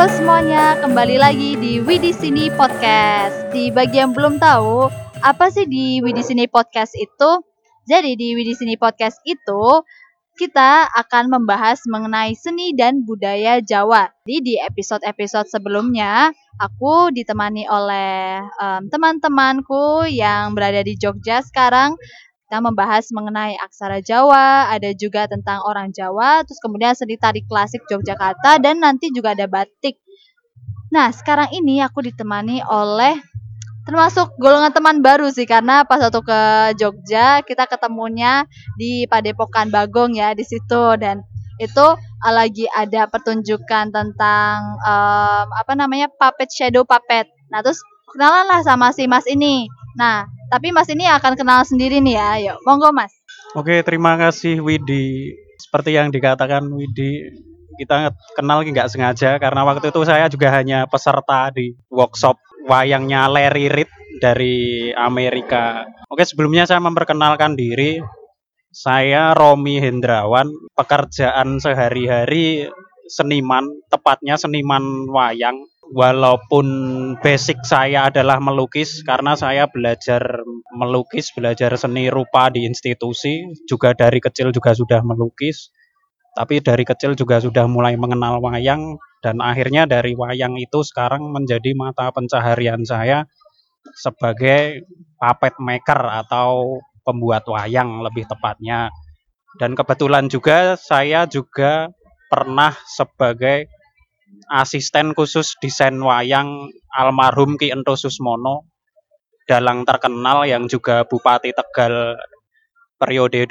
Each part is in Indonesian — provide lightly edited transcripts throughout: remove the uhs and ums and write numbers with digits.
Halo semuanya, kembali lagi di Widi Sini Podcast. Di bagi yang belum tahu, apa sih di Widi Sini Podcast itu? Jadi di Widi Sini Podcast itu kita akan membahas mengenai seni dan budaya Jawa. Di episode-episode sebelumnya, aku ditemani oleh teman-temanku yang berada di Jogja sekarang. Kita membahas mengenai aksara Jawa, ada juga tentang orang Jawa, terus kemudian seni tari klasik Yogyakarta, dan nanti juga ada batik. Nah, sekarang ini aku ditemani oleh termasuk golongan teman baru sih, karena pas waktu ke Jogja kita ketemunya di Padepokan Bagong ya di situ, dan itu lagi ada pertunjukan tentang puppet, shadow puppet. Nah, terus kenalan lah sama si Mas ini. Nah, tapi Mas ini akan kenal sendiri nih ya. Yuk, monggo Mas. Oke, terima kasih Widi. Seperti yang dikatakan Widi, kita kenal nggak sengaja karena waktu itu saya juga hanya peserta di workshop wayangnya Larry Reed dari Amerika. Oke, sebelumnya saya memperkenalkan diri. Saya Romi Hendrawan, pekerjaan sehari-hari seniman, tepatnya seniman wayang. Walaupun basic saya adalah melukis karena saya belajar melukis, belajar seni rupa di institusi, juga dari kecil juga sudah melukis. Tapi dari kecil juga sudah mulai mengenal wayang dan akhirnya dari wayang itu sekarang menjadi mata pencaharian saya sebagai puppet maker atau pembuat wayang lebih tepatnya. Dan kebetulan juga saya juga pernah sebagai asisten khusus desain wayang almarhum Ki Ento Susmono, dalang terkenal yang juga Bupati Tegal periode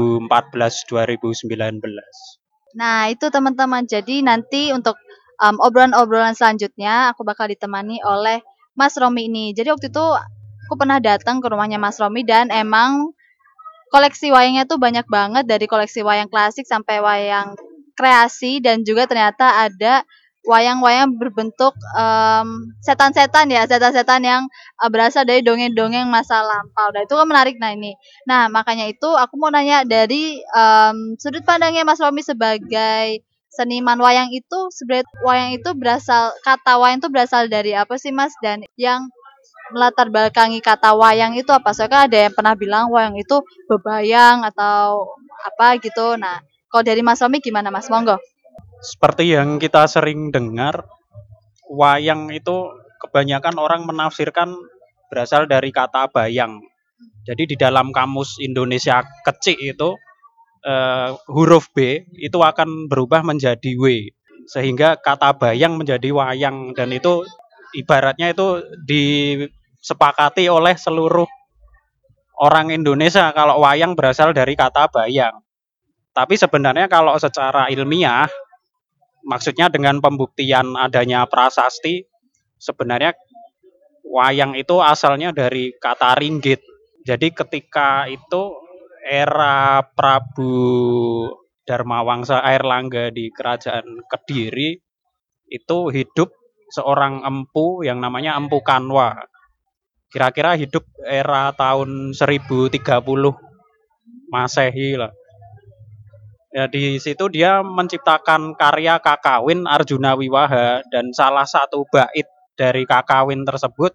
2014-2019. Nah, itu teman-teman. Jadi nanti untuk obrolan-obrolan selanjutnya aku bakal ditemani oleh Mas Romi ini. Jadi waktu itu aku pernah datang ke rumahnya Mas Romi dan emang koleksi wayangnya tuh banyak banget, dari koleksi wayang klasik sampai wayang kreasi, dan juga ternyata ada wayang-wayang berbentuk setan-setan ya, setan-setan yang berasal dari dongeng-dongeng masa lampau. Dan itu kan menarik. Nah ini, nah makanya itu aku mau nanya dari sudut pandangnya Mas Romi sebagai seniman wayang, itu sebenarnya kata wayang itu berasal dari apa sih Mas? Dan yang melatar belakangi kata wayang itu apa? Soalnya kan ada yang pernah bilang wayang itu bebayang atau apa gitu. Nah, kalau dari Mas Romi gimana Mas? Monggo. Seperti yang kita sering dengar, wayang itu kebanyakan orang menafsirkan berasal dari kata bayang. Jadi di dalam kamus Indonesia kecil itu huruf B itu akan berubah menjadi W, sehingga kata bayang menjadi wayang, dan itu ibaratnya itu disepakati oleh seluruh orang Indonesia kalau wayang berasal dari kata bayang. Tapi sebenarnya kalau secara ilmiah, maksudnya dengan pembuktian adanya prasasti, sebenarnya wayang itu asalnya dari kata ringgit. Jadi ketika itu era Prabu Dharmawangsa Airlangga di Kerajaan Kediri, itu hidup seorang empu yang namanya Empu Kanwa. Kira-kira hidup era tahun 1030 Masehi lah. Ya, di situ dia menciptakan karya Kakawin Arjuna Wiwaha, dan salah satu bait dari Kakawin tersebut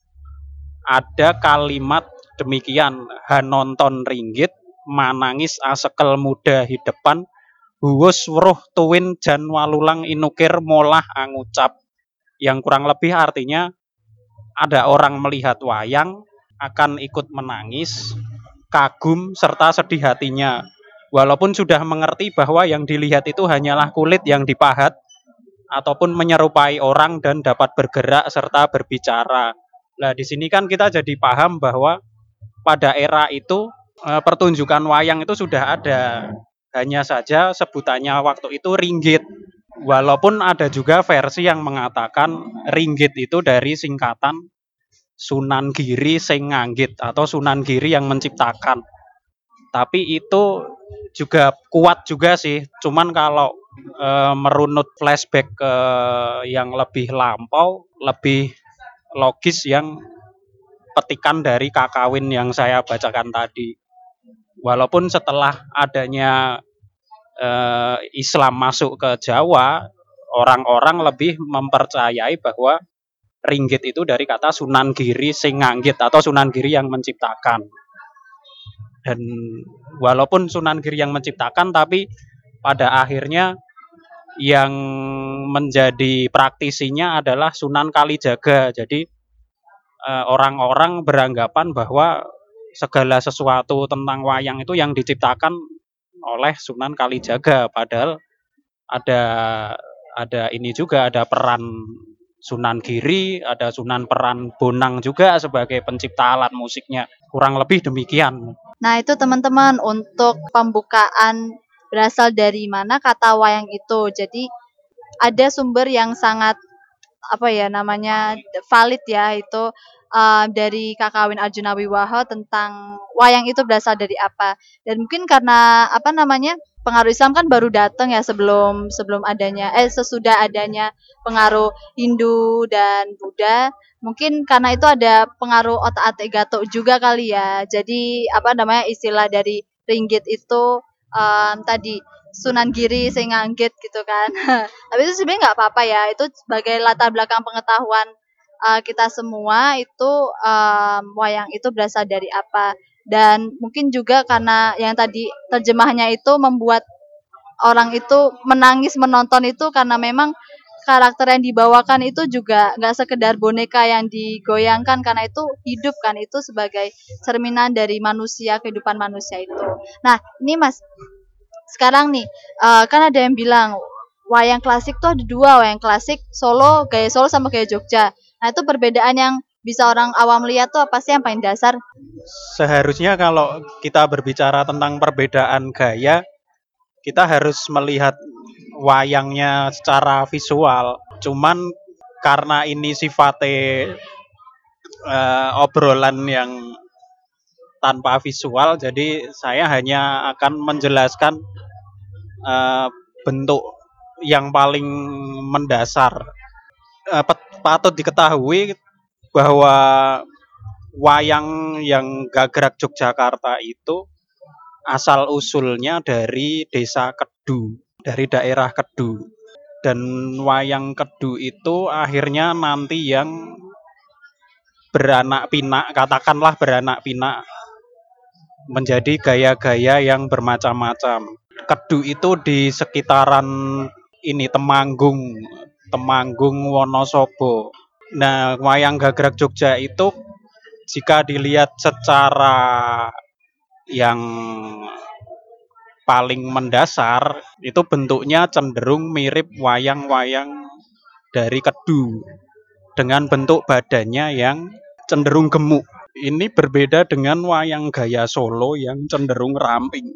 ada kalimat demikian: hanonton ringgit manangis asekel muda hidepan huwus weruh tuwin jan walulang inukir molah angucap, yang kurang lebih artinya ada orang melihat wayang akan ikut menangis, kagum serta sedih hatinya, walaupun sudah mengerti bahwa yang dilihat itu hanyalah kulit yang dipahat ataupun menyerupai orang dan dapat bergerak serta berbicara. Nah, di sini kan kita jadi paham bahwa pada era itu pertunjukan wayang itu sudah ada. Hanya saja sebutannya waktu itu ringgit. Walaupun ada juga versi yang mengatakan ringgit itu dari singkatan Sunan Giri sing nganggit atau Sunan Giri yang menciptakan. Tapi itu juga kuat juga sih. Cuman kalau merunut flashback ke yang lebih lampau, lebih logis yang petikan dari Kakawin yang saya bacakan tadi. Walaupun setelah adanya Islam masuk ke Jawa, orang-orang lebih mempercayai bahwa ringgit itu dari kata Sunan Giri sing nganggit atau Sunan Giri yang menciptakan. Dan walaupun Sunan Giri yang menciptakan, tapi pada akhirnya yang menjadi praktisinya adalah Sunan Kalijaga. Jadi orang-orang beranggapan bahwa segala sesuatu tentang wayang itu yang diciptakan oleh Sunan Kalijaga, padahal ada ini juga, ada peran Sunan Giri, ada peran Bonang juga sebagai pencipta alat musiknya. Kurang lebih demikian. Nah, itu teman-teman untuk pembukaan berasal dari mana kata wayang itu. Jadi ada sumber yang sangat valid ya, itu dari Kakawin Arjuna Wiwaha tentang wayang itu berasal dari apa. Dan mungkin karena pengaruh Islam kan baru datang ya, sesudah adanya pengaruh Hindu dan Buddha. Mungkin karena itu ada pengaruh otak-atik gatok juga kali ya. Jadi istilah dari ringgit itu tadi Sunan Giri sing nganggit gitu kan. Tapi itu sebenarnya nggak apa-apa ya. Itu sebagai latar belakang pengetahuan kita semua itu wayang itu berasal dari apa. Dan mungkin juga karena yang tadi terjemahnya itu membuat orang itu menangis menonton itu karena memang karakter yang dibawakan itu juga nggak sekedar boneka yang digoyangkan, karena itu hidup kan, itu sebagai cerminan dari manusia, kehidupan manusia itu. Nah, ini Mas, sekarang nih kan ada yang bilang wayang klasik tuh ada dua, wayang klasik Solo, gaya Solo sama gaya Jogja. Nah, itu perbedaan yang bisa orang awam lihat tuh apa sih yang paling dasar? Seharusnya kalau kita berbicara tentang perbedaan gaya, kita harus melihat wayangnya secara visual. Cuman karena ini sifatnya obrolan yang tanpa visual, jadi saya hanya akan menjelaskan bentuk yang paling mendasar. Patut diketahui bahwa wayang yang Gagrak Yogyakarta itu asal usulnya dari desa Kedu, dari daerah Kedu. Dan wayang Kedu itu akhirnya nanti yang beranak pinak, katakanlah beranak pinak menjadi gaya-gaya yang bermacam-macam. Kedu itu di sekitaran ini Temanggung Wonosobo. Nah, wayang Gagrak Jogja itu jika dilihat secara yang paling mendasar, itu bentuknya cenderung mirip wayang-wayang dari Kedu dengan bentuk badannya yang cenderung gemuk. Ini berbeda dengan wayang gaya Solo yang cenderung ramping.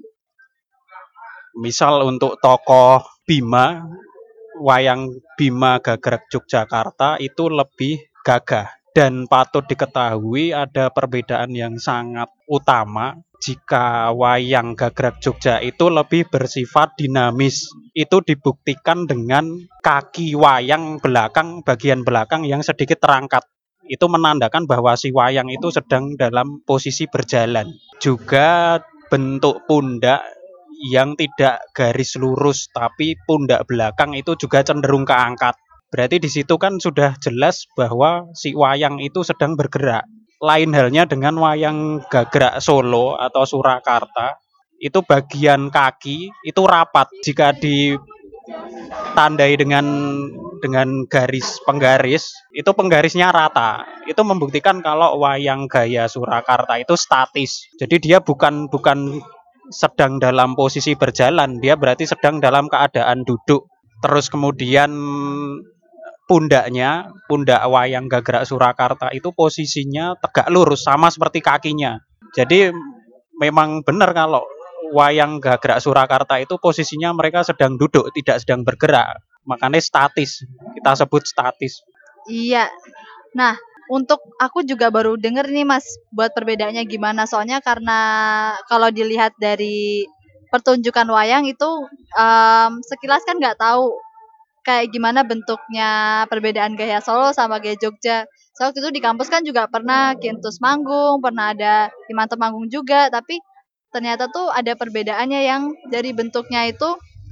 Misal untuk tokoh Bima, wayang Bima Gagrak Yogyakarta itu lebih gagah. Dan patut diketahui ada perbedaan yang sangat utama jika wayang Gagrak Jogja itu lebih bersifat dinamis. Itu dibuktikan dengan kaki wayang belakang, bagian belakang yang sedikit terangkat. Itu menandakan bahwa si wayang itu sedang dalam posisi berjalan. Juga bentuk pundak yang tidak garis lurus, tapi pundak belakang itu juga cenderung keangkat. Berarti di situ kan sudah jelas bahwa si wayang itu sedang bergerak. Lain halnya dengan wayang Gagrak Solo atau Surakarta, itu bagian kaki itu rapat. Jika ditandai dengan garis penggaris, itu penggarisnya rata. Itu membuktikan kalau wayang gaya Surakarta itu statis. Jadi dia bukan sedang dalam posisi berjalan, dia berarti sedang dalam keadaan duduk. Terus kemudian pundak wayang Gagrak Surakarta itu posisinya tegak lurus sama seperti kakinya. Jadi memang benar kalau wayang Gagrak Surakarta itu posisinya mereka sedang duduk, tidak sedang bergerak. Makanya statis, kita sebut statis. Iya. Nah, untuk aku juga baru denger nih Mas, buat perbedaannya gimana. Soalnya karena kalau dilihat dari pertunjukan wayang itu sekilas kan nggak tahu kayak gimana bentuknya perbedaan gaya Solo sama gaya Jogja. So, waktu itu di kampus kan juga pernah Kintus manggung, pernah ada Himantep manggung juga, tapi ternyata tuh ada perbedaannya yang dari bentuknya itu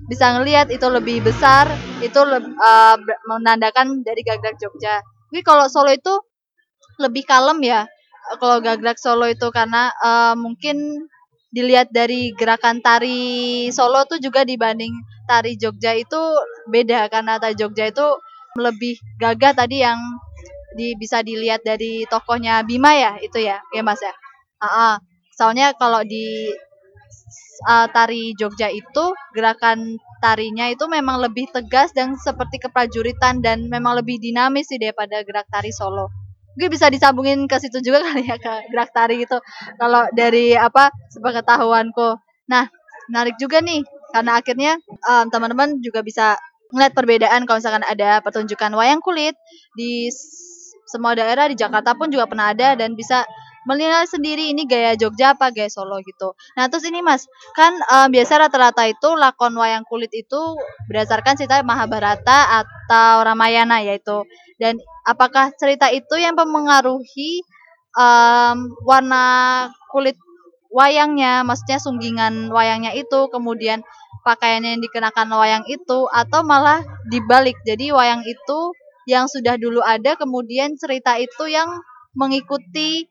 bisa ngelihat itu lebih besar, itu menandakan dari Gagrak Jogja. Tapi kalau Solo itu lebih kalem ya. Kalau Gagrak Solo itu karena mungkin dilihat dari gerakan tari Solo tuh juga dibanding tari Jogja itu beda, karena tari Jogja itu lebih gagah tadi yang bisa dilihat dari tokohnya Bima ya, itu ya, ya Mas ya. Soalnya kalau di tari Jogja itu gerakan tarinya itu memang lebih tegas dan seperti keprajuritan dan memang lebih dinamis sih daripada gerak tari Solo. Mungkin bisa disambungin ke situ juga kali ya, ke gerak tari gitu. Kalau dari sepengetahuanku. Nah, menarik juga nih karena akhirnya teman-teman juga bisa ngeliat perbedaan kalau misalkan ada pertunjukan wayang kulit di semua daerah, di Jakarta pun juga pernah ada, dan bisa menilai sendiri ini gaya Jogja apa gaya Solo gitu. Nah terus ini Mas, kan biasa rata-rata itu lakon wayang kulit itu berdasarkan cerita Mahabharata atau Ramayana yaitu. Dan apakah cerita itu yang mempengaruhi warna kulit wayangnya, maksudnya sunggingan wayangnya itu, kemudian pakaian yang dikenakan wayang itu, atau malah dibalik. Jadi wayang itu yang sudah dulu ada, kemudian cerita itu yang mengikuti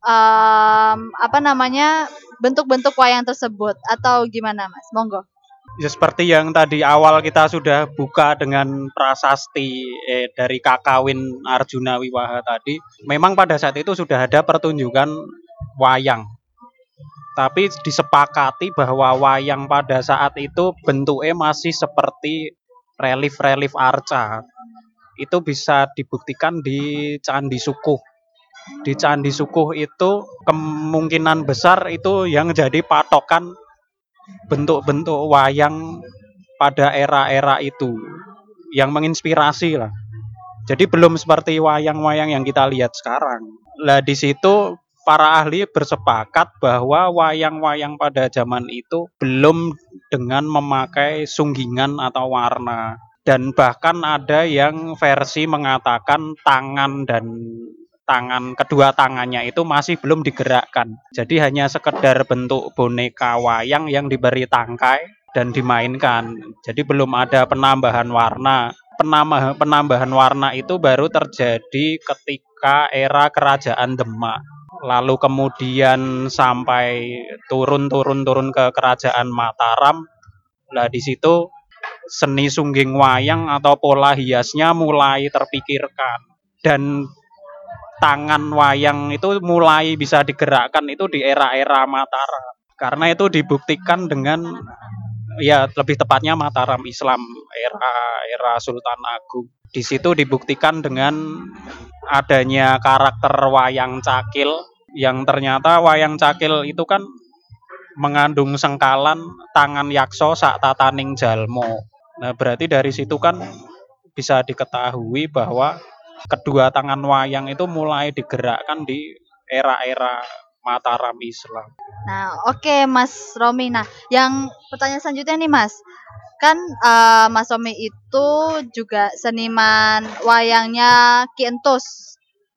bentuk-bentuk wayang tersebut, atau gimana Mas? Monggo. Ya seperti yang tadi awal kita sudah buka dengan prasasti dari Kakawin Arjuna Wiwaha tadi, memang pada saat itu sudah ada pertunjukan wayang. Tapi disepakati bahwa wayang pada saat itu bentuknya masih seperti relief-relief arca. Itu bisa dibuktikan di Candi Sukuh. Di Candi Sukuh itu kemungkinan besar itu yang jadi patokan bentuk-bentuk wayang pada era-era itu, yang menginspirasi lah. Jadi belum seperti wayang-wayang yang kita lihat sekarang. Lah di situ para ahli bersepakat bahwa wayang-wayang pada zaman itu belum dengan memakai sunggingan atau warna. Dan bahkan ada yang versi mengatakan kedua tangannya itu masih belum digerakkan. Jadi hanya sekedar bentuk boneka wayang yang diberi tangkai dan dimainkan. Jadi belum ada penambahan warna. Penambahan warna itu baru terjadi ketika era Kerajaan Demak. Lalu kemudian sampai turun ke Kerajaan Mataram. Lah di situ seni sungging wayang atau pola hiasnya mulai terpikirkan, dan tangan wayang itu mulai bisa digerakkan itu di era-era Mataram. Karena itu dibuktikan dengan, ya lebih tepatnya Mataram Islam, era Sultan Agung. Di situ dibuktikan dengan adanya karakter wayang cakil, yang ternyata wayang cakil itu kan mengandung sengkalan tangan yakso sak tataning jalmo. Nah, berarti dari situ kan bisa diketahui bahwa kedua tangan wayang itu mulai digerakkan di era-era Mataram Islam. Nah, oke Mas Romi. Nah, yang pertanyaan selanjutnya nih Mas. Kan Mas Romi itu juga seniman wayangnya Ki Entus.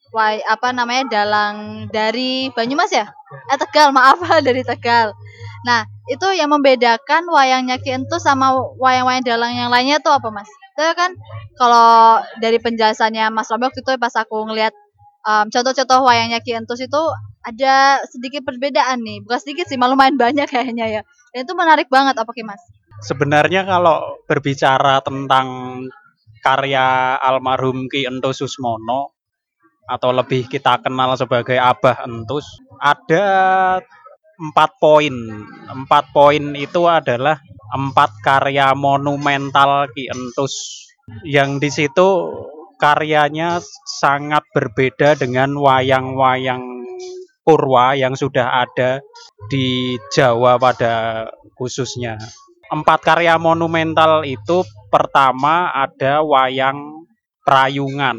Dalang dari Banyumas ya? Tegal, maaf dari Tegal. Nah, itu yang membedakan wayangnya Ki Entus sama wayang-wayang dalang yang lainnya tuh apa Mas? Itu kan kalau dari penjelasannya Mas Romi waktu itu pas aku ngelihat contoh-contoh wayangnya Ki Entus itu ada sedikit perbedaan nih, bukan sedikit sih, malah lumayan banyak kayaknya ya. Dan itu menarik banget, apa Ki Mas? Sebenarnya kalau berbicara tentang karya almarhum Ki Entus Susmono, atau lebih kita kenal sebagai Abah Entus, ada 4 poin. 4 poin itu adalah 4 karya monumental Ki Entus, yang di situ karyanya sangat berbeda dengan wayang-wayang purwa yang sudah ada di Jawa pada khususnya. 4 karya monumental itu, pertama ada wayang Prayungan.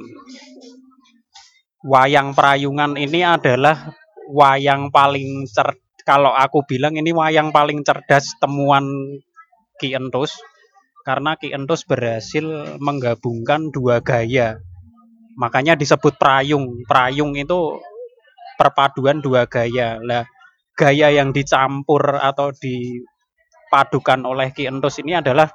Wayang Prayungan ini adalah wayang paling kalau aku bilang ini wayang paling cerdas temuan Ki Entus, karena Ki Entus berhasil menggabungkan 2 gaya. Makanya disebut prayung. Prayung itu perpaduan 2 gaya. Lah, gaya yang dicampur atau dipadukan oleh Ki Entus ini adalah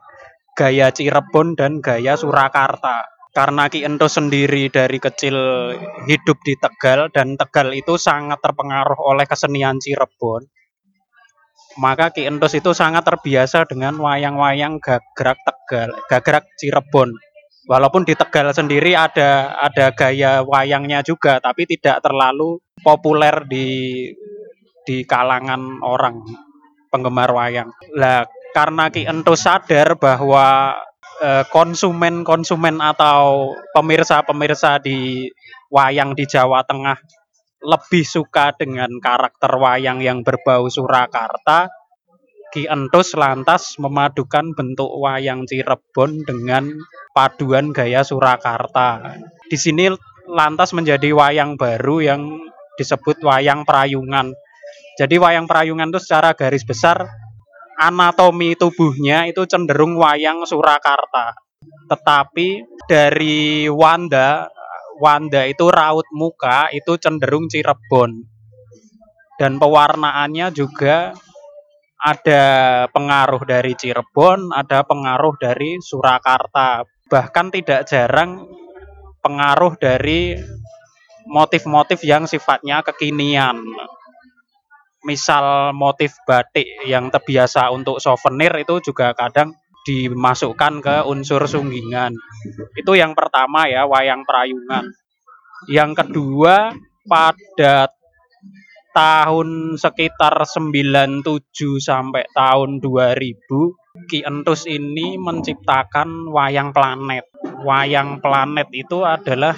gaya Cirebon dan gaya Surakarta. Karena Ki Entus sendiri dari kecil hidup di Tegal dan Tegal itu sangat terpengaruh oleh kesenian Cirebon, maka Ki Entus itu sangat terbiasa dengan wayang-wayang gagrak Tegal, gagrak Cirebon. Walaupun di Tegal sendiri ada gaya wayangnya juga, tapi tidak terlalu populer di kalangan orang penggemar wayang. Lah, karena Ki Entus sadar bahwa konsumen-konsumen atau pemirsa-pemirsa di wayang di Jawa Tengah lebih suka dengan karakter wayang yang berbau Surakarta, Ki Entus lantas memadukan bentuk wayang Cirebon dengan paduan gaya Surakarta. Di sini lantas menjadi wayang baru yang disebut wayang prayungan. Jadi wayang prayungan itu secara garis besar anatomi tubuhnya itu cenderung wayang Surakarta. Tetapi dari Wanda itu raut muka itu cenderung Cirebon. Dan pewarnaannya juga ada pengaruh dari Cirebon, ada pengaruh dari Surakarta. Bahkan tidak jarang pengaruh dari motif-motif yang sifatnya kekinian. Misal motif batik yang terbiasa untuk souvenir itu juga kadang dimasukkan ke unsur sunggingan. Itu yang pertama ya, wayang prayungan. Yang kedua, pada tahun sekitar 97 sampai tahun 2000, Ki Entus ini menciptakan wayang planet. Wayang planet itu adalah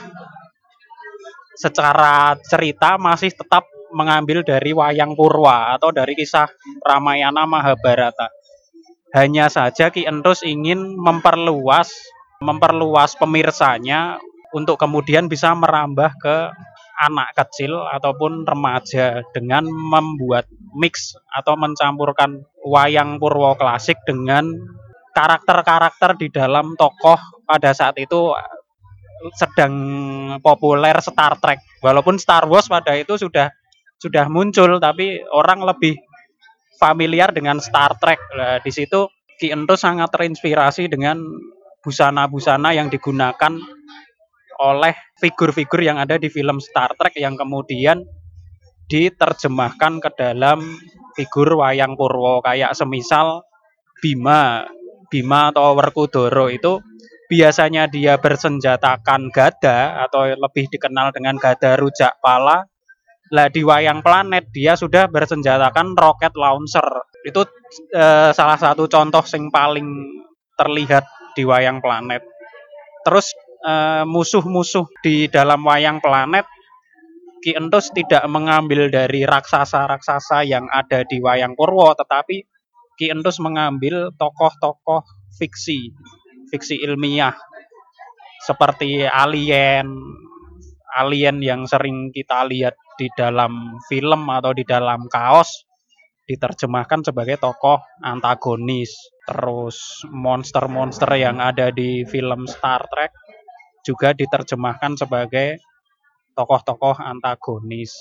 secara cerita masih tetap mengambil dari wayang Purwa atau dari kisah Ramayana Mahabharata. Hanya saja Ki Entus ingin memperluas pemirsanya untuk kemudian bisa merambah ke anak kecil ataupun remaja dengan membuat mix atau mencampurkan wayang Purwo klasik dengan karakter-karakter di dalam tokoh pada saat itu sedang populer Star Trek. Walaupun Star Wars pada itu sudah muncul, tapi orang lebih familiar dengan Star Trek. Nah, di situ Ki Entus sangat terinspirasi dengan busana-busana yang digunakan oleh figur-figur yang ada di film Star Trek yang kemudian diterjemahkan ke dalam figur wayang Purwo, kayak semisal Bima. Bima atau Werkudara itu biasanya dia bersenjatakan gada atau lebih dikenal dengan gada rujak pala. Lah di wayang planet dia sudah bersenjatakan rocket launcher. Itu salah satu contoh yang paling terlihat di wayang planet. Terus musuh-musuh di dalam wayang planet, Ki Entus tidak mengambil dari raksasa-raksasa yang ada di wayang Purwo, tetapi Ki Entus mengambil tokoh-tokoh fiksi ilmiah seperti alien yang sering kita lihat di dalam film atau di dalam kaos diterjemahkan sebagai tokoh antagonis. Terus monster-monster yang ada di film Star Trek juga diterjemahkan sebagai tokoh-tokoh antagonis.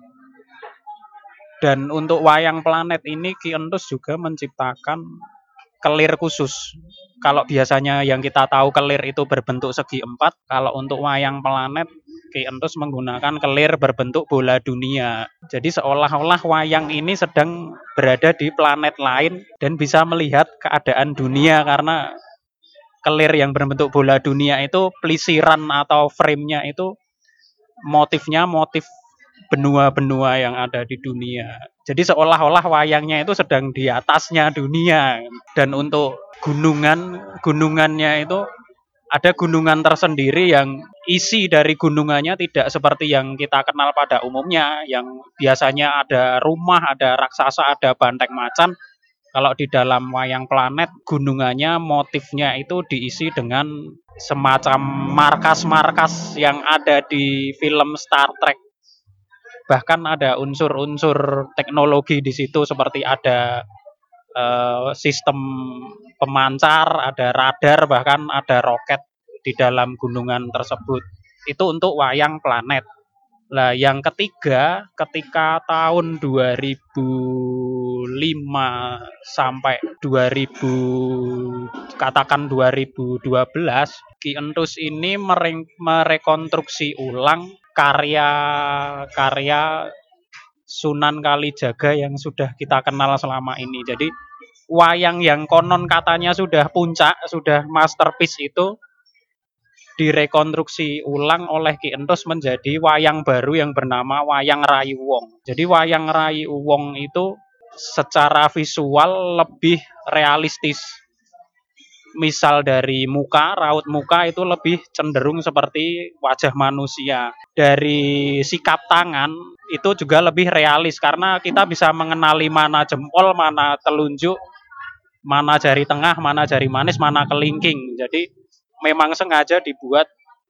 Dan untuk wayang planet ini Ki Entus juga menciptakan kelir khusus. Kalau biasanya yang kita tahu kelir itu berbentuk segi empat, kalau untuk wayang planet Ki Entus menggunakan kelir berbentuk bola dunia. Jadi seolah-olah wayang ini sedang berada di planet lain dan bisa melihat keadaan dunia, karena kelir yang berbentuk bola dunia itu pelisiran atau frame-nya itu motifnya motif benua-benua yang ada di dunia. Jadi seolah-olah wayangnya itu sedang di atasnya dunia. Dan untuk gunungannya itu ada gunungan tersendiri yang isi dari gunungannya tidak seperti yang kita kenal pada umumnya, yang biasanya ada rumah, ada raksasa, ada banteng macan. Kalau di dalam wayang planet, gunungannya motifnya itu diisi dengan semacam markas-markas yang ada di film Star Trek. Bahkan ada unsur-unsur teknologi di situ seperti ada sistem pemancar, ada radar, bahkan ada roket di dalam gunungan tersebut. Itu untuk wayang planet. Lah yang ketiga, ketika tahun 2005 sampai 2000 katakan 2012, Ki Entus ini merekonstruksi ulang karya-karya Sunan Kalijaga yang sudah kita kenal selama ini. Jadi wayang yang konon katanya sudah puncak, sudah masterpiece itu direkonstruksi ulang oleh Ki Entus menjadi wayang baru yang bernama Wayang Rayi Wong. Jadi Wayang Rayi Wong itu secara visual lebih realistis. Misal dari muka, raut muka itu lebih cenderung seperti wajah manusia. Dari sikap tangan itu juga lebih realis karena kita bisa mengenali mana jempol, mana telunjuk, mana jari tengah, mana jari manis, mana kelingking. Jadi memang sengaja dibuat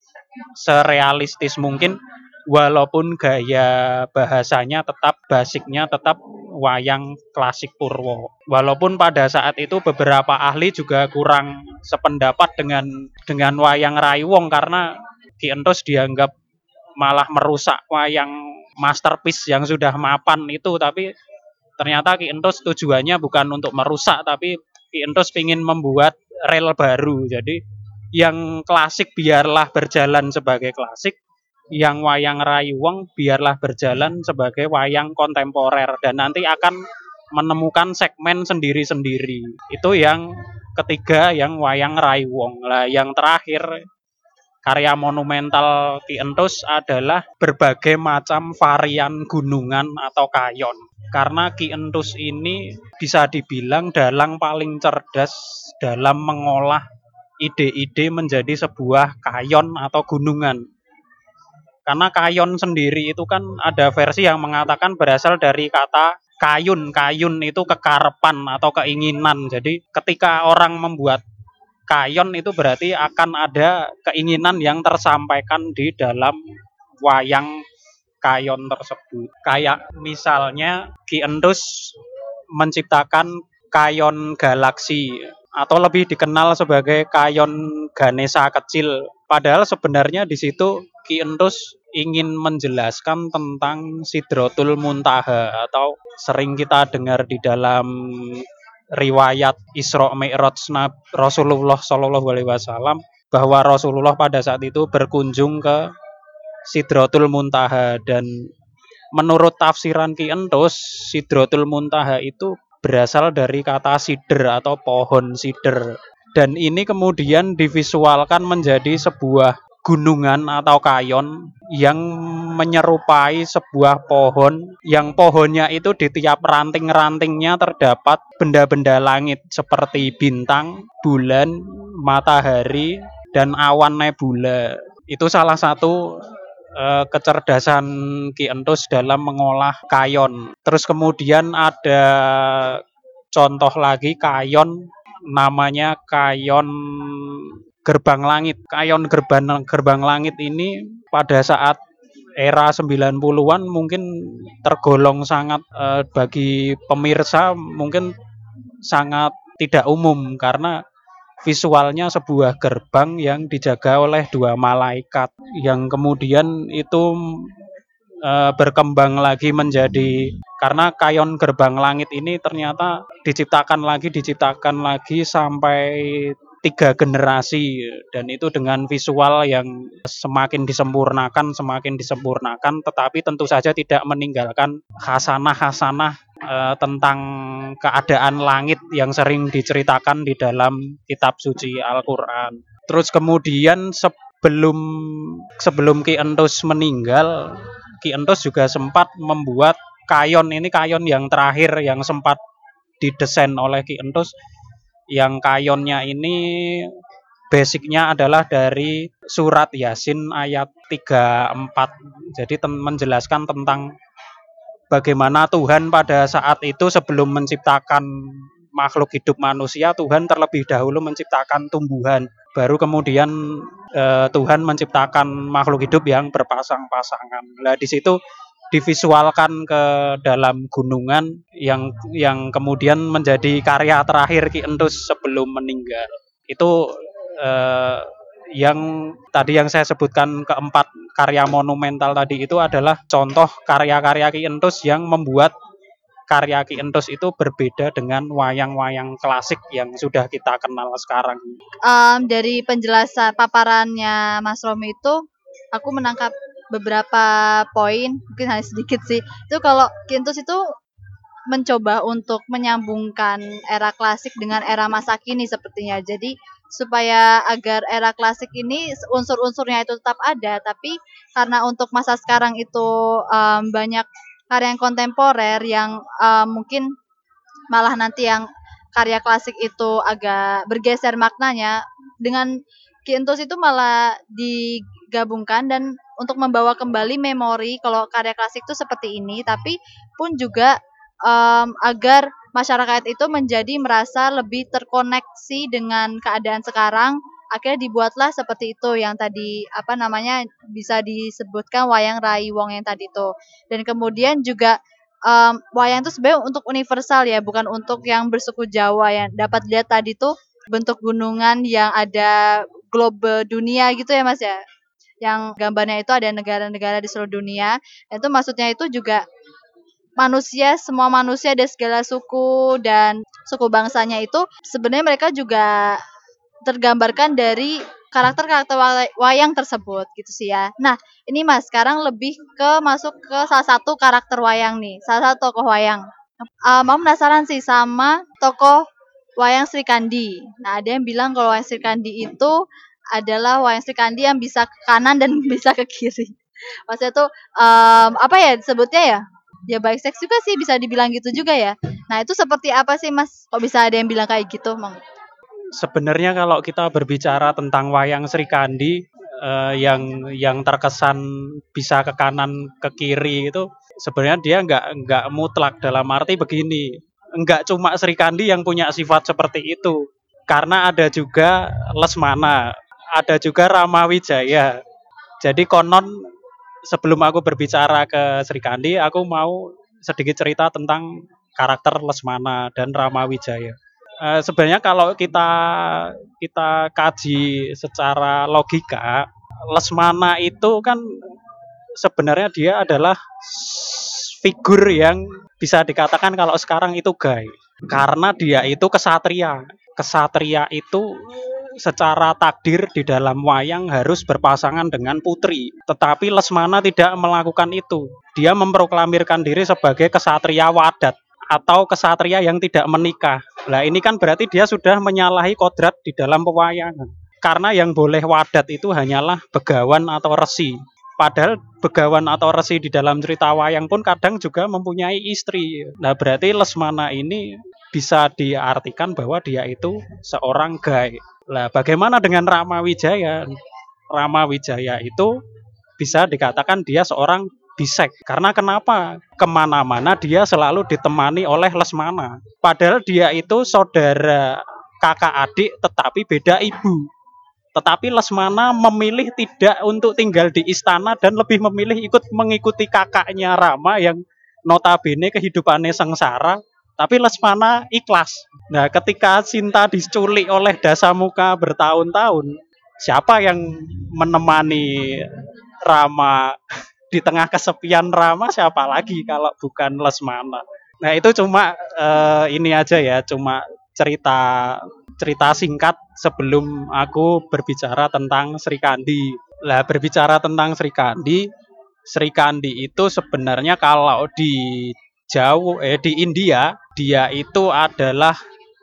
serealistis mungkin walaupun gaya bahasanya tetap basicnya tetap wayang klasik Purwo. Walaupun pada saat itu beberapa ahli juga kurang sependapat dengan wayang Raiwong karena Ki Entus dianggap malah merusak wayang masterpiece yang sudah mapan itu, tapi ternyata Ki Entus tujuannya bukan untuk merusak tapi Ki Entus ingin membuat rel baru. Jadi yang klasik biarlah berjalan sebagai klasik, yang wayang Raiwong biarlah berjalan sebagai wayang kontemporer dan nanti akan menemukan segmen sendiri-sendiri. Itu yang ketiga yang wayang Raiwong. Lah yang terakhir karya monumental Ki Entus adalah berbagai macam varian gunungan atau kayon. Karena Ki Entus ini bisa dibilang dalang paling cerdas dalam mengolah ide-ide menjadi sebuah kayon atau gunungan. Karena kayon sendiri itu kan ada versi yang mengatakan berasal dari kata kayun. Kayun itu kekarepan atau keinginan. Jadi ketika orang membuat kayon itu berarti akan ada keinginan yang tersampaikan di dalam wayang kayon tersebut. Kayak misalnya Ki Entus menciptakan kayon galaksi atau lebih dikenal sebagai kayon Ganesha kecil. Padahal sebenarnya di situ Ki Entus ingin menjelaskan tentang Sidratul Muntaha atau sering kita dengar di dalam riwayat Isra Mi'raj Rasulullah Shallallahu Alaihi Wasallam bahwa Rasulullah pada saat itu berkunjung ke Sidratul Muntaha dan menurut tafsiran Ki Entus Sidratul Muntaha itu berasal dari kata sider atau pohon sider. Dan ini kemudian divisualkan menjadi sebuah gunungan atau kayon yang menyerupai sebuah pohon yang pohonnya itu di tiap ranting-rantingnya terdapat benda-benda langit seperti bintang, bulan, matahari, dan awan nebula. Itu salah satu kecerdasan Ki Entus dalam mengolah kayon. Terus kemudian ada contoh lagi kayon namanya kayon gerbang langit. Kayon gerbang langit ini pada saat era 90-an mungkin tergolong sangat bagi pemirsa mungkin sangat tidak umum karena visualnya sebuah gerbang yang dijaga oleh dua malaikat yang kemudian itu berkembang lagi menjadi karena kayon gerbang langit ini ternyata diciptakan lagi sampai 3 generasi dan itu dengan visual yang semakin disempurnakan tetapi tentu saja tidak meninggalkan khasanah tentang keadaan langit yang sering diceritakan di dalam kitab suci Al-Qur'an. Terus kemudian sebelum Ki Entus meninggal, Ki Entus juga sempat membuat kayon yang terakhir yang sempat didesain oleh Ki Entus yang kayonnya ini basicnya adalah dari surat Yasin ayat 34. Jadi menjelaskan tentang bagaimana Tuhan pada saat itu sebelum menciptakan makhluk hidup manusia, Tuhan terlebih dahulu menciptakan tumbuhan. Baru kemudian Tuhan menciptakan makhluk hidup yang berpasang-pasangan. Nah, di situ divisualkan ke dalam gunungan yang kemudian menjadi karya terakhir Ki Entus sebelum meninggal. Itu yang tadi yang saya sebutkan karya monumental tadi itu adalah contoh karya-karya Ki Entus yang membuat karya Ki Entus itu berbeda dengan wayang-wayang klasik yang sudah kita kenal sekarang. Dari penjelasan paparannya Mas Romi itu, aku menangkap beberapa poin, mungkin hanya sedikit sih. Itu kalau Kintus itu mencoba untuk menyambungkan era klasik dengan era masa kini sepertinya. Jadi supaya agar era klasik ini unsur-unsurnya itu tetap ada, tapi karena untuk masa sekarang itu banyak karya yang kontemporer yang mungkin malah nanti yang karya klasik itu agak bergeser maknanya, dengan Ki Entus itu malah digabungkan dan untuk membawa kembali memori kalau karya klasik itu seperti ini, tapi pun juga agar masyarakat itu menjadi merasa lebih terkoneksi dengan keadaan sekarang. Akhirnya dibuatlah seperti itu yang tadi apa namanya bisa disebutkan wayang Rai Wong yang tadi itu. Dan kemudian juga wayang itu sebenarnya untuk universal ya, bukan untuk yang bersuku Jawa. Yang dapat lihat tadi tuh bentuk gunungan yang ada globe dunia gitu ya Mas ya. Yang gambarnya itu ada negara-negara di seluruh dunia. Dan itu maksudnya itu juga manusia, semua manusia dari segala suku dan suku bangsanya itu sebenarnya mereka juga tergambarkan dari karakter-karakter wayang tersebut gitu sih ya. Nah, ini Mas, sekarang lebih ke masuk ke salah satu karakter wayang nih, salah satu tokoh wayang. Mau penasaran sih sama tokoh wayang Sri Kandi. Nah, ada yang bilang kalau wayang Sri Kandi itu adalah wayang Sri Kandi yang bisa ke kanan dan bisa ke kiri. Maksudnya tuh apa ya disebutnya ya? Ya biseks juga sih bisa dibilang gitu juga ya. Nah, itu seperti apa sih Mas? Kok bisa ada yang bilang kayak gitu, Mang? Sebenarnya kalau kita berbicara tentang wayang Sri Kandi yang terkesan bisa ke kanan ke kiri itu sebenarnya dia nggak mutlak dalam arti begini. Nggak cuma Sri Kandi yang punya sifat seperti itu. Karena ada juga Lesmana, ada juga Rama Wijaya. Jadi konon sebelum aku berbicara ke Sri Kandi, aku mau sedikit cerita tentang karakter Lesmana dan Rama Wijaya. Sebenarnya kalau kita kita kaji secara logika, Lesmana itu kan sebenarnya dia adalah figur yang bisa dikatakan kalau sekarang itu gay. Karena dia itu kesatria. Kesatria itu secara takdir di dalam wayang harus berpasangan dengan putri. Tetapi Lesmana tidak melakukan itu. Dia memproklamirkan diri sebagai kesatria wadat atau kesatria yang tidak menikah. Nah ini kan berarti dia sudah menyalahi kodrat di dalam pewayangan. Karena yang boleh wadat itu hanyalah begawan atau resi. Padahal begawan atau resi di dalam cerita wayang pun kadang juga mempunyai istri. Nah berarti Lesmana ini bisa diartikan bahwa dia itu seorang gay. Nah bagaimana dengan Rama Wijaya? Rama Wijaya itu bisa dikatakan dia seorang bisek. Karena kenapa? Kemana-mana dia selalu ditemani oleh Lesmana. Padahal dia itu saudara kakak adik tetapi beda ibu. Tetapi Lesmana memilih tidak untuk tinggal di istana dan lebih memilih ikut mengikuti kakaknya Rama yang notabene kehidupannya sengsara. Tapi Lesmana ikhlas. Nah, ketika Sinta diculik oleh Dasamuka bertahun-tahun, siapa yang menemani Rama di tengah kesepian Rama? Siapa lagi kalau bukan Lesmana? Nah, itu cuma ini aja ya, cuma cerita cerita singkat sebelum aku berbicara tentang Sri Kandi. Lah berbicara tentang Sri Kandi itu sebenarnya kalau di di India dia itu adalah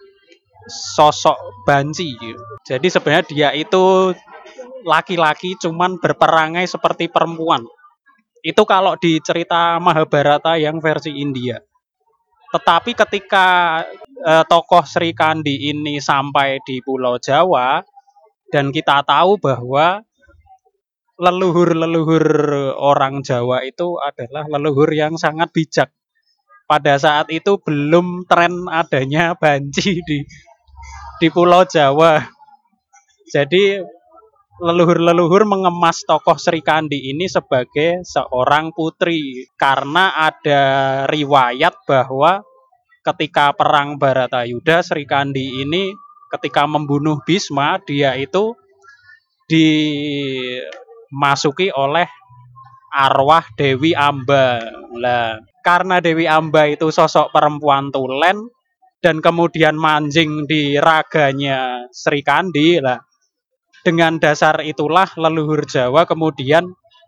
sosok banci. Jadi sebenarnya dia itu laki-laki cuman berperangai seperti perempuan. Itu kalau di cerita Mahabharata yang versi India. Tetapi ketika tokoh Sri Kandi ini sampai di Pulau Jawa dan kita tahu bahwa leluhur-leluhur orang Jawa itu adalah leluhur yang sangat bijak. Pada saat itu belum tren adanya banci di Pulau Jawa. Jadi leluhur-leluhur mengemas tokoh Sri Kandi ini sebagai seorang putri karena ada riwayat bahwa ketika perang Baratayuda Sri Kandi ini ketika membunuh Bisma dia itu di dimasuki oleh arwah Dewi Amba. Lah, karena Dewi Amba itu sosok perempuan tulen dan kemudian manjing di raganya Sri Kandi lah. Dengan dasar itulah leluhur Jawa kemudian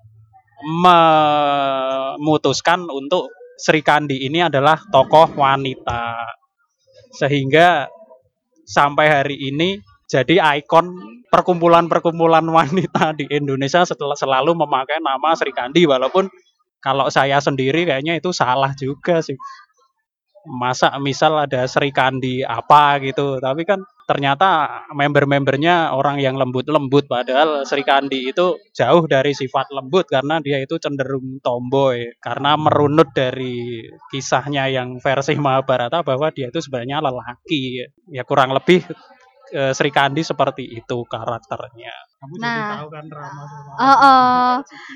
memutuskan untuk Sri Kandi ini adalah tokoh wanita. Sehingga sampai hari ini jadi ikon perkumpulan-perkumpulan wanita di Indonesia setelah selalu memakai nama Sri Kandi, walaupun kalau saya sendiri kayaknya itu salah juga sih. Masa misal ada Sri Kandi apa gitu, tapi kan ternyata member-membernya orang yang lembut-lembut, padahal Sri Kandi itu jauh dari sifat lembut karena dia itu cenderung tomboy, karena merunut dari kisahnya yang versi Mahabharata bahwa dia itu sebenarnya lelaki. Ya kurang lebih Sri Kandi seperti itu karakternya. Kamu jadi Nah, tahu kan Rama sama oh,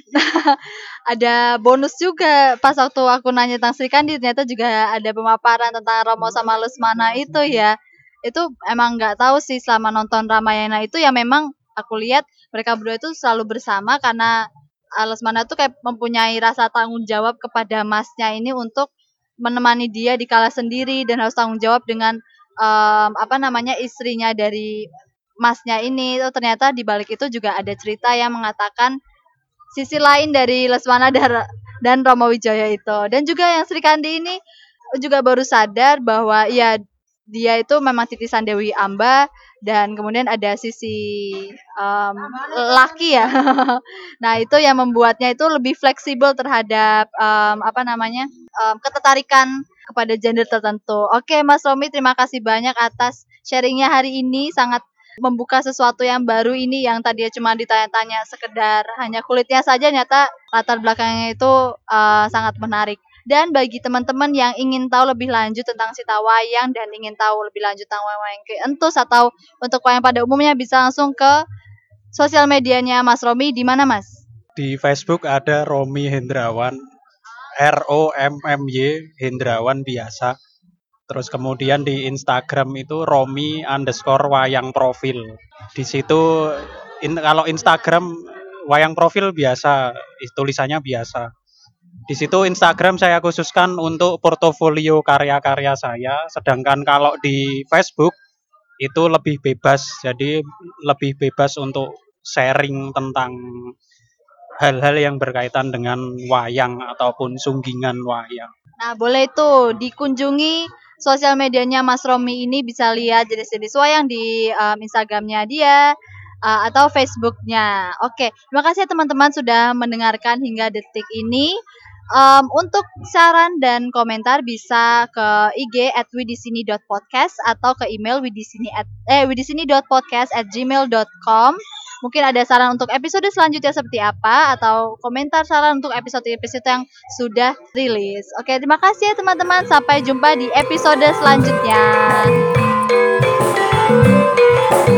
ada bonus juga pas waktu aku nanya tentang Sri Kandi, ternyata juga ada pemaparan tentang Romo sama Lesmana itu ya. Itu emang nggak tahu sih selama nonton Ramayana itu ya, memang aku lihat mereka berdua itu selalu bersama karena Lesmana tuh kayak mempunyai rasa tanggung jawab kepada masnya ini untuk menemani dia di kala sendiri dan harus tanggung jawab dengan apa namanya, istrinya dari masnya ini. Itu ternyata di balik itu juga ada cerita yang mengatakan sisi lain dari Lesmana dan Romo Wijaya itu. Dan juga yang Sri Kandi ini juga baru sadar bahwa ya dia itu memang titisan Dewi Amba, dan kemudian ada sisi laki ya. Nah, itu yang membuatnya itu lebih fleksibel terhadap apa namanya, ketertarikan kepada gender tertentu. Oke, Mas Romi, terima kasih banyak atas sharingnya hari ini, sangat membuka sesuatu yang baru ini, yang tadinya cuma ditanya-tanya sekedar hanya kulitnya saja, ternyata latar belakangnya itu sangat menarik. Dan bagi teman-teman yang ingin tahu lebih lanjut tentang Sitawayang dan ingin tahu lebih lanjut tentang wayang Entus atau untuk wayang pada umumnya, bisa langsung ke sosial medianya Mas Romi di mana, Mas? Di Facebook ada Romi Hendrawan, ROMMY Hendrawan biasa. Terus kemudian di Instagram itu Romi_wayang profil. Di situ kalau Instagram wayang profil biasa, tulisannya biasa. Di situ Instagram saya khususkan untuk portofolio karya-karya saya, sedangkan kalau di Facebook itu lebih bebas. Jadi lebih bebas untuk sharing tentang hal-hal yang berkaitan dengan wayang ataupun sunggingan wayang. Nah, boleh tuh dikunjungi sosial medianya Mas Romi ini, bisa lihat jenis-jenis wayang di Instagramnya dia atau Facebooknya. Oke, terima kasih ya teman-teman sudah mendengarkan hingga detik ini. Untuk saran dan komentar bisa ke IG @widisini.podcast atau ke email widisini.podcast@gmail.com. Mungkin ada saran untuk episode selanjutnya seperti apa, atau komentar saran untuk episode-episode yang sudah rilis. Oke, terima kasih ya teman-teman. Sampai jumpa di episode selanjutnya.